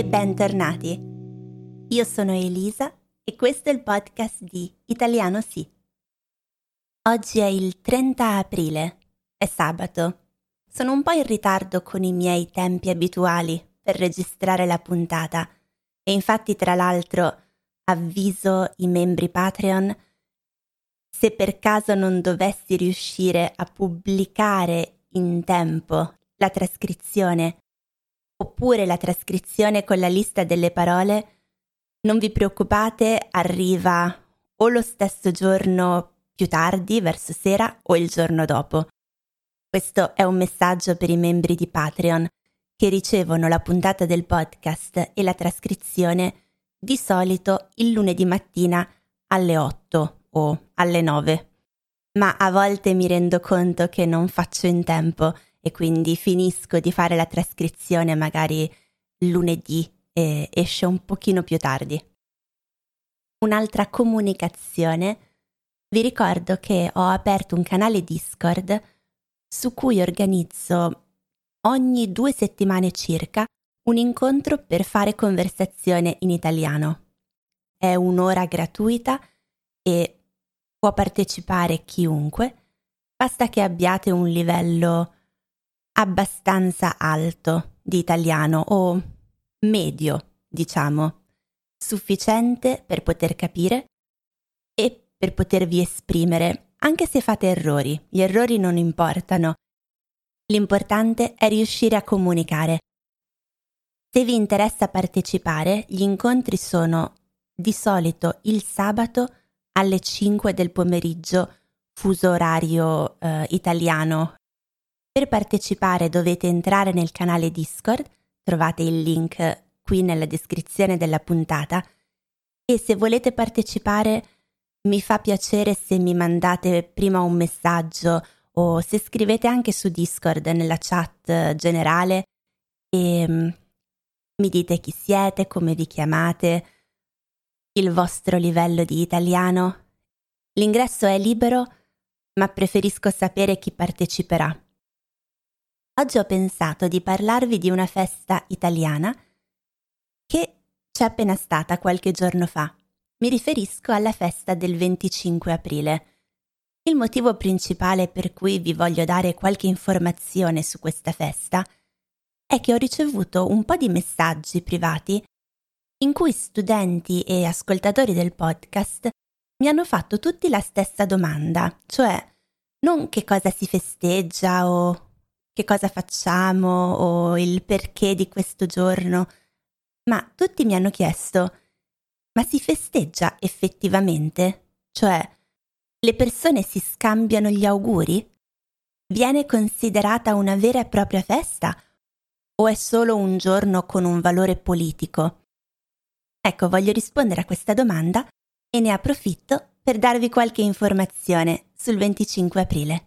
e bentornati. Io sono Elisa e questo è il podcast di Italiano Sì. Oggi è il 30 aprile, è sabato. Sono un po' in ritardo con i miei tempi abituali per registrare la puntata e infatti tra l'altro avviso i membri Patreon: se per caso non dovessi riuscire a pubblicare in tempo la trascrizione oppure la trascrizione con la lista delle parole, non vi preoccupate, arriva o lo stesso giorno più tardi, verso sera, o il giorno dopo. Questo è un messaggio per i membri di Patreon che ricevono la puntata del podcast e la trascrizione di solito il lunedì mattina alle 8 o alle 9. Ma a volte mi rendo conto che non faccio in tempo e quindi finisco di fare la trascrizione magari lunedì e esce un pochino più tardi. Un'altra comunicazione: vi ricordo che ho aperto un canale Discord su cui organizzo ogni 2 settimane circa un incontro per fare conversazione in italiano. È un'ora gratuita e può partecipare chiunque, basta che abbiate un livello abbastanza alto di italiano o medio, diciamo, sufficiente per poter capire e per potervi esprimere, anche se fate errori. Gli errori non importano. L'importante è riuscire a comunicare. Se vi interessa partecipare, gli incontri sono di solito il sabato alle 5 del pomeriggio, fuso orario italiano. Per partecipare dovete entrare nel canale Discord, trovate il link qui nella descrizione della puntata, e se volete partecipare mi fa piacere se mi mandate prima un messaggio o se scrivete anche su Discord nella chat generale e mi dite chi siete, come vi chiamate, il vostro livello di italiano. L'ingresso è libero, ma preferisco sapere chi parteciperà. Oggi ho pensato di parlarvi di una festa italiana che c'è appena stata qualche giorno fa. Mi riferisco alla festa del 25 aprile. Il motivo principale per cui vi voglio dare qualche informazione su questa festa è che ho ricevuto un po' di messaggi privati in cui studenti e ascoltatori del podcast mi hanno fatto tutti la stessa domanda, cioè non che cosa si festeggia o che cosa facciamo o il perché di questo giorno, ma tutti mi hanno chiesto: ma si festeggia effettivamente? Cioè, le persone si scambiano gli auguri? Viene considerata una vera e propria festa o è solo un giorno con un valore politico? Ecco, voglio rispondere a questa domanda e ne approfitto per darvi qualche informazione sul 25 aprile.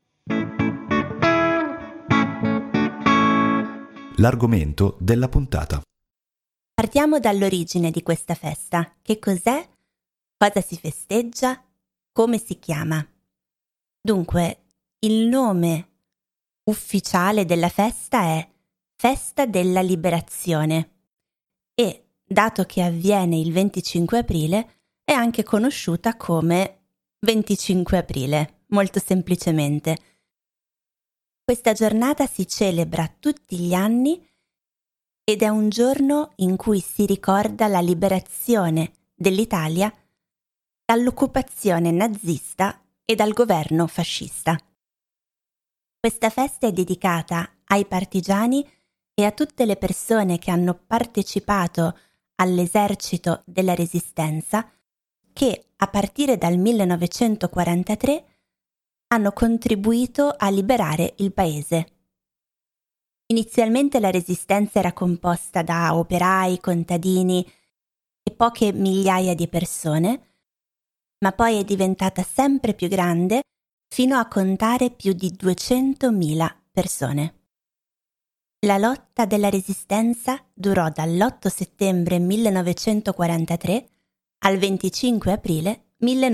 L'argomento della puntata. Partiamo dall'origine di questa festa. Che cos'è? Cosa si festeggia? Come si chiama? Dunque, il nome ufficiale della festa è Festa della Liberazione e, dato che avviene il 25 aprile, è anche conosciuta come 25 aprile, molto semplicemente. Questa giornata si celebra tutti gli anni ed è un giorno in cui si ricorda la liberazione dell'Italia dall'occupazione nazista e dal governo fascista. Questa festa è dedicata ai partigiani e a tutte le persone che hanno partecipato all'esercito della Resistenza che, a partire dal 1943, hanno contribuito a liberare il paese. Inizialmente la Resistenza era composta da operai, contadini e poche migliaia di persone, ma poi è diventata sempre più grande fino a contare più di 200.000 persone. La lotta della Resistenza durò dall'8 settembre 1943 al 25 aprile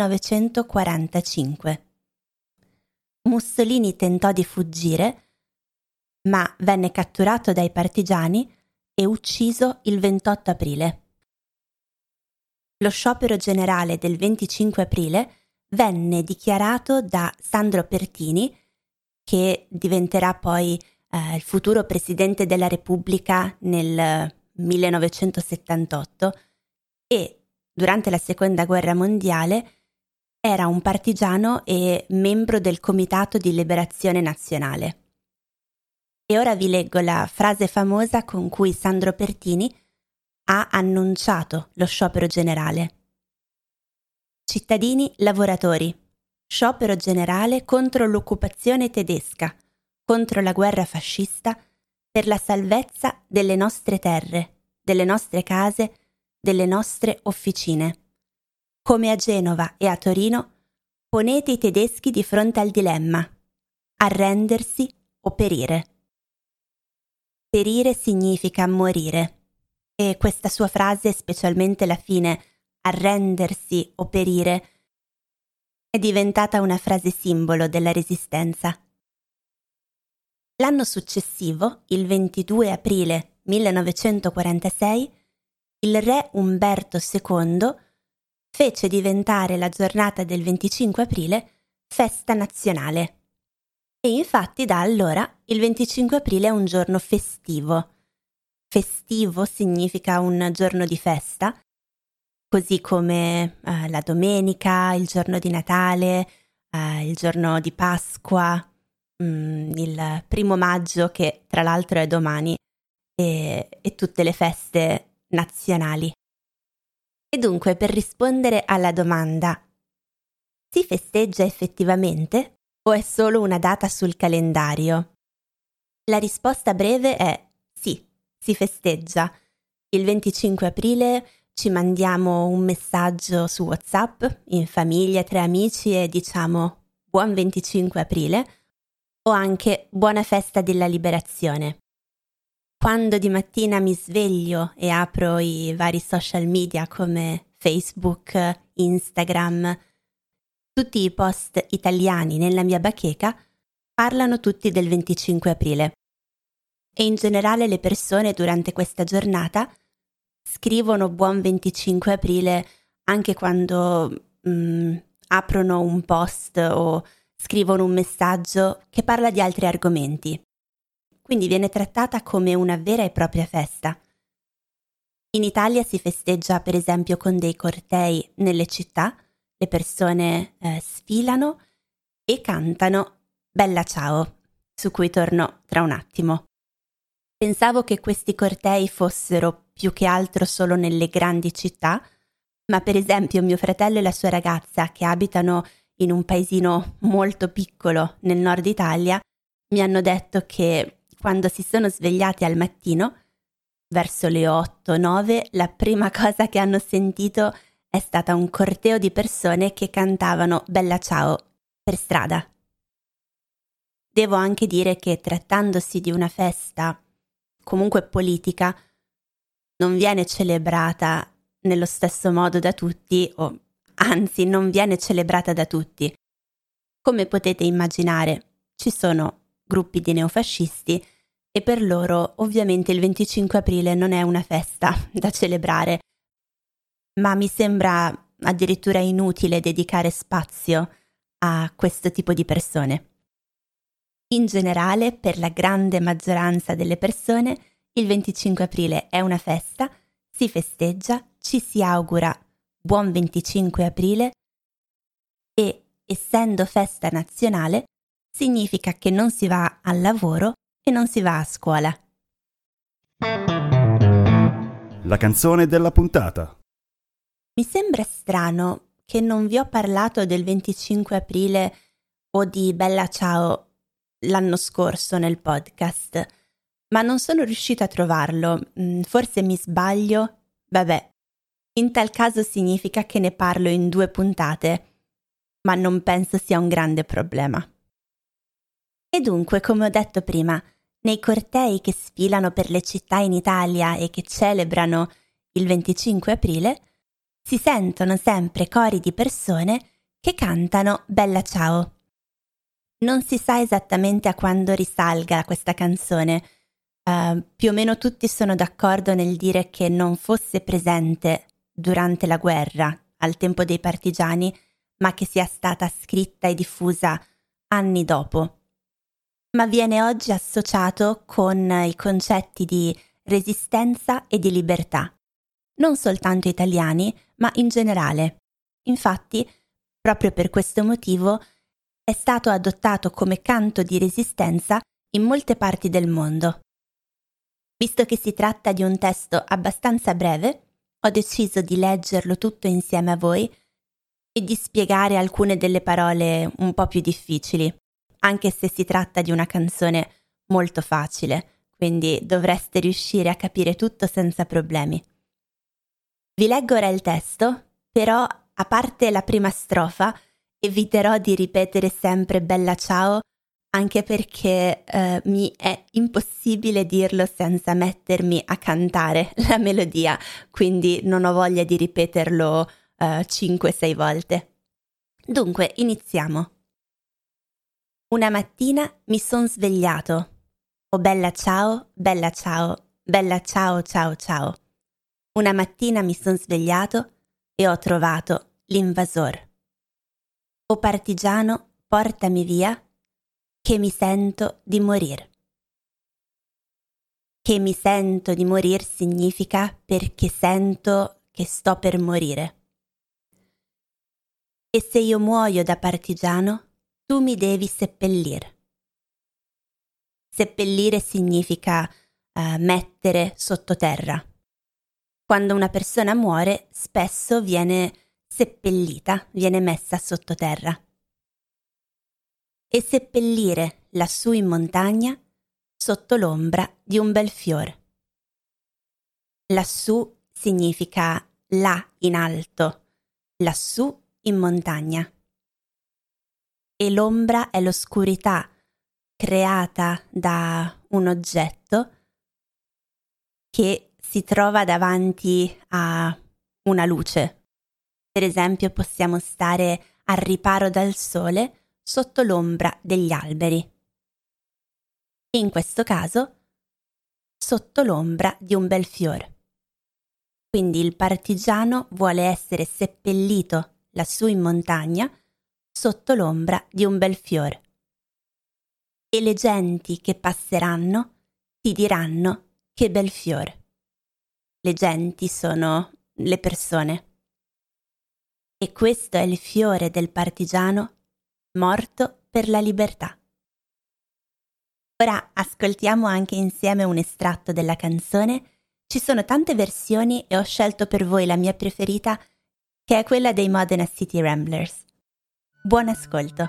1945. Mussolini tentò di fuggire, ma venne catturato dai partigiani e ucciso il 28 aprile. Lo sciopero generale del 25 aprile venne dichiarato da Sandro Pertini, che diventerà poi il futuro presidente della Repubblica nel 1978 e durante la Seconda Guerra Mondiale era un partigiano e membro del Comitato di Liberazione Nazionale. E ora vi leggo la frase famosa con cui Sandro Pertini ha annunciato lo sciopero generale. Cittadini lavoratori, sciopero generale contro l'occupazione tedesca, contro la guerra fascista, per la salvezza delle nostre terre, delle nostre case, delle nostre officine. Come a Genova e a Torino, ponete i tedeschi di fronte al dilemma: arrendersi o perire. Perire significa morire, e questa sua frase, specialmente la fine, arrendersi o perire, è diventata una frase simbolo della resistenza. L'anno successivo, il 22 aprile 1946, il re Umberto II fece diventare la giornata del 25 aprile festa nazionale. E infatti da allora il 25 aprile è un giorno festivo. Festivo significa un giorno di festa, così come la domenica, il giorno di Natale, il giorno di Pasqua, il 1° maggio, che tra l'altro è domani, e tutte le feste nazionali. E dunque, per rispondere alla domanda: si festeggia effettivamente o è solo una data sul calendario? La risposta breve è sì, si festeggia. Il 25 aprile ci mandiamo un messaggio su WhatsApp in famiglia, tra amici e diciamo buon 25 aprile o anche buona festa della liberazione. Quando di mattina mi sveglio e apro i vari social media come Facebook, Instagram, tutti i post italiani nella mia bacheca parlano tutti del 25 aprile. E in generale le persone durante questa giornata scrivono buon 25 aprile anche quando aprono un post o scrivono un messaggio che parla di altri argomenti. Quindi viene trattata come una vera e propria festa. In Italia si festeggia per esempio con dei cortei nelle città, le persone sfilano e cantano Bella ciao, su cui torno tra un attimo. Pensavo che questi cortei fossero più che altro solo nelle grandi città, ma per esempio mio fratello e la sua ragazza, che abitano in un paesino molto piccolo nel nord Italia, mi hanno detto che quando si sono svegliati al mattino, verso le 8-9, la prima cosa che hanno sentito è stata un corteo di persone che cantavano Bella ciao per strada. Devo anche dire che trattandosi di una festa comunque politica, non viene celebrata nello stesso modo da tutti, o anzi non viene celebrata da tutti. Come potete immaginare, ci sono gruppi di neofascisti e per loro ovviamente il 25 aprile non è una festa da celebrare, ma mi sembra addirittura inutile dedicare spazio a questo tipo di persone. In generale, per la grande maggioranza delle persone, il 25 aprile è una festa, si festeggia, ci si augura buon 25 aprile e, essendo festa nazionale, significa che non si va al lavoro e non si va a scuola. La canzone della puntata. Mi sembra strano che non vi ho parlato del 25 aprile o di Bella ciao l'anno scorso nel podcast, ma non sono riuscita a trovarlo. Forse mi sbaglio? Vabbè, in tal caso significa che ne parlo in 2 puntate, ma non penso sia un grande problema. E dunque, come ho detto prima, nei cortei che sfilano per le città in Italia e che celebrano il 25 aprile, si sentono sempre cori di persone che cantano Bella ciao. Non si sa esattamente a quando risalga questa canzone, più o meno tutti sono d'accordo nel dire che non fosse presente durante la guerra, al tempo dei partigiani, ma che sia stata scritta e diffusa anni dopo. Ma viene oggi associato con i concetti di resistenza e di libertà, non soltanto italiani, ma in generale. Infatti, proprio per questo motivo, è stato adottato come canto di resistenza in molte parti del mondo. Visto che si tratta di un testo abbastanza breve, ho deciso di leggerlo tutto insieme a voi e di spiegare alcune delle parole un po' più difficili, anche se si tratta di una canzone molto facile, quindi dovreste riuscire a capire tutto senza problemi. Vi leggo ora il testo, però a parte la prima strofa eviterò di ripetere sempre Bella ciao, anche perché mi è impossibile dirlo senza mettermi a cantare la melodia, quindi non ho voglia di ripeterlo 5-6 volte. Dunque, iniziamo. Una mattina mi son svegliato. Oh bella ciao, bella ciao, bella ciao ciao ciao. Una mattina mi son svegliato e ho trovato l'invasor. O partigiano, portami via, che mi sento di morir. Che mi sento di morir significa perché sento che sto per morire. E se io muoio da partigiano, tu mi devi seppellir. Seppellire significa mettere sottoterra. Quando una persona muore, spesso viene seppellita, viene messa sottoterra. E seppellire lassù in montagna, sotto l'ombra di un bel fior. Lassù significa là in alto, lassù in montagna. E l'ombra è l'oscurità creata da un oggetto che si trova davanti a una luce. Per esempio, possiamo stare al riparo dal sole sotto l'ombra degli alberi. In questo caso, sotto l'ombra di un bel fior. Quindi il partigiano vuole essere seppellito lassù in montagna sotto l'ombra di un bel fior. E le genti che passeranno ti diranno che bel fior. Le genti sono le persone. E questo è il fiore del partigiano morto per la libertà. Ora ascoltiamo anche insieme un estratto della canzone. Ci sono tante versioni e ho scelto per voi la mia preferita, che è quella dei Modena City Ramblers. Buon ascolto.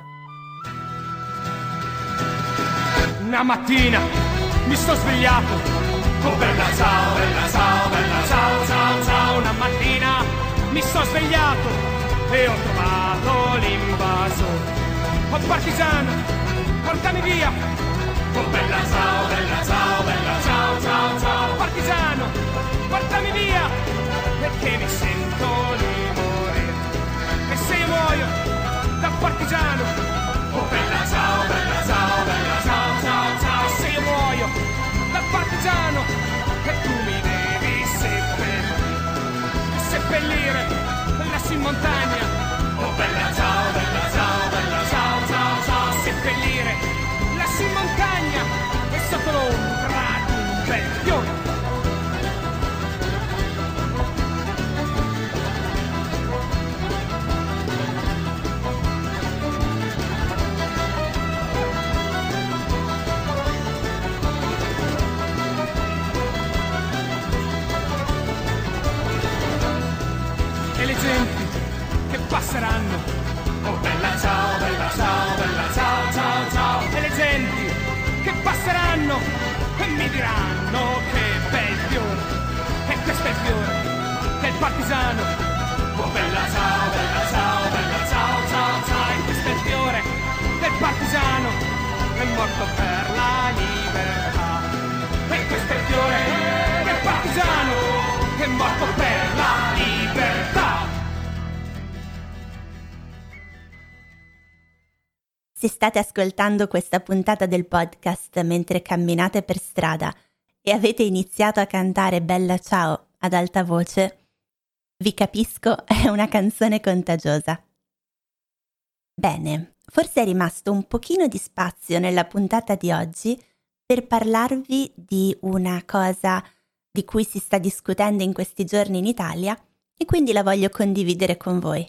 Una mattina mi sto svegliato. Oh bella ciao, bella ciao, bella ciao, ciao, ciao. Una mattina mi sto svegliato e ho trovato l'invasore. Oh partigiano, portami via. Oh bella ciao, bella ciao, bella ciao, ciao, ciao. Partigiano, portami via, perché mi sento di morire. E se io muoio da partigiano, oh bella ciao, bella ciao, bella ciao, ciao, ciao. E se io muoio da partigiano, e tu mi devi seppellire lassù in montagna. Oh bella ciao, bella ciao, bella ciao, ciao, ciao. Seppellire lassù in montagna e sotto l'ombra di un bel fiore. E le genti che passeranno, oh bella ciao, bella ciao, bella ciao, ciao, ciao. E le genti che passeranno e mi diranno che bel fiore. E questo è il fiore del partigiano. Oh bella ciao, bella ciao, bella ciao, ciao, ciao. E questo è il fiore del partigiano che è morto per la libertà. E questo è il fiore del partigiano che è morto per la libertà. Se state ascoltando questa puntata del podcast mentre camminate per strada e avete iniziato a cantare Bella Ciao ad alta voce, vi capisco, è una canzone contagiosa. Bene, forse è rimasto un pochino di spazio nella puntata di oggi per parlarvi di una cosa di cui si sta discutendo in questi giorni in Italia e quindi la voglio condividere con voi.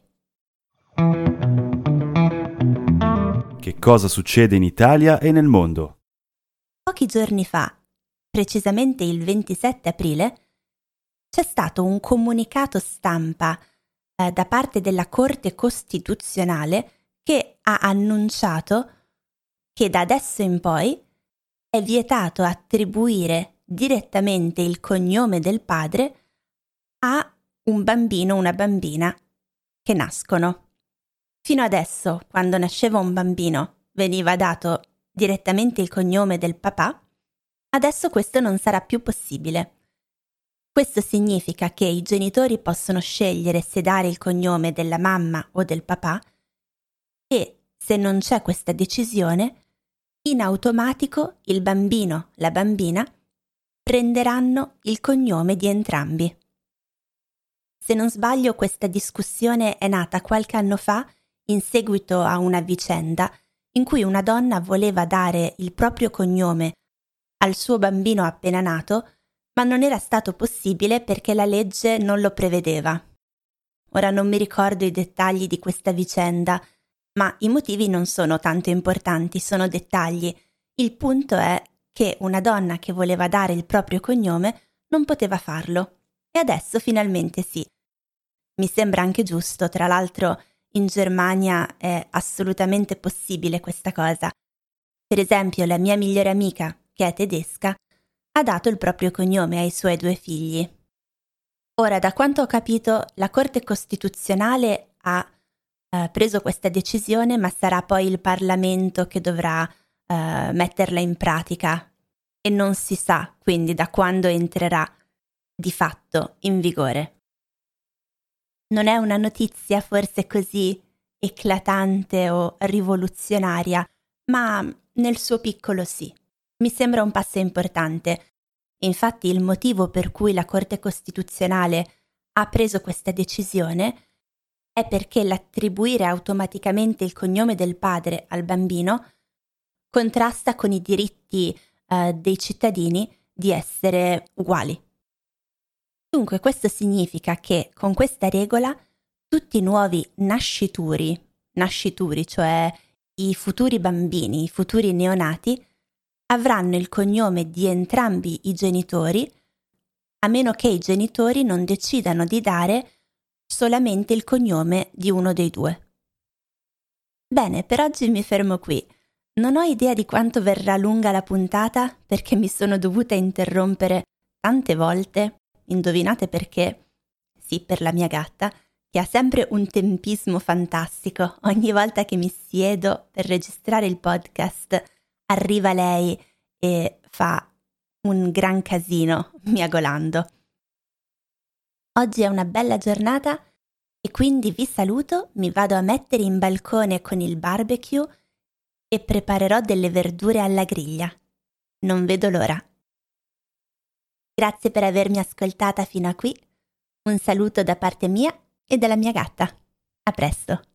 Che cosa succede in Italia e nel mondo? Pochi giorni fa, precisamente il 27 aprile, c'è stato un comunicato stampa da parte della Corte Costituzionale che ha annunciato che da adesso in poi è vietato attribuire direttamente il cognome del padre a un bambino o una bambina che nascono. Fino adesso, quando nasceva un bambino, veniva dato direttamente il cognome del papà, adesso questo non sarà più possibile. Questo significa che i genitori possono scegliere se dare il cognome della mamma o del papà e, se non c'è questa decisione, in automatico il bambino, la bambina, prenderanno il cognome di entrambi. Se non sbaglio, questa discussione è nata qualche anno fa in seguito a una vicenda in cui una donna voleva dare il proprio cognome al suo bambino appena nato, ma non era stato possibile perché la legge non lo prevedeva. Ora non mi ricordo i dettagli di questa vicenda, ma i motivi non sono tanto importanti, sono dettagli. Il punto è che una donna che voleva dare il proprio cognome non poteva farlo, e adesso finalmente sì. Mi sembra anche giusto, tra l'altro in Germania è assolutamente possibile questa cosa. Per esempio, la mia migliore amica, che è tedesca, ha dato il proprio cognome ai suoi 2 figli. Ora, da quanto ho capito, la Corte Costituzionale ha preso questa decisione, ma sarà poi il Parlamento che dovrà metterla in pratica e non si sa quindi da quando entrerà di fatto in vigore. Non è una notizia forse così eclatante o rivoluzionaria, ma nel suo piccolo sì. Mi sembra un passo importante. Infatti il motivo per cui la Corte Costituzionale ha preso questa decisione è perché l'attribuire automaticamente il cognome del padre al bambino contrasta con i diritti dei cittadini di essere uguali. Dunque questo significa che con questa regola tutti i nuovi nascituri, cioè i futuri bambini, i futuri neonati, avranno il cognome di entrambi i genitori, a meno che i genitori non decidano di dare solamente il cognome di uno dei 2. Bene, per oggi mi fermo qui. Non ho idea di quanto verrà lunga la puntata perché mi sono dovuta interrompere tante volte. Indovinate perché? Sì, per la mia gatta, che ha sempre un tempismo fantastico. Ogni volta che mi siedo per registrare il podcast, arriva lei e fa un gran casino miagolando. Oggi è una bella giornata e quindi vi saluto, mi vado a mettere in balcone con il barbecue e preparerò delle verdure alla griglia. Non vedo l'ora. Grazie per avermi ascoltata fino a qui. Un saluto da parte mia e della mia gatta. A presto.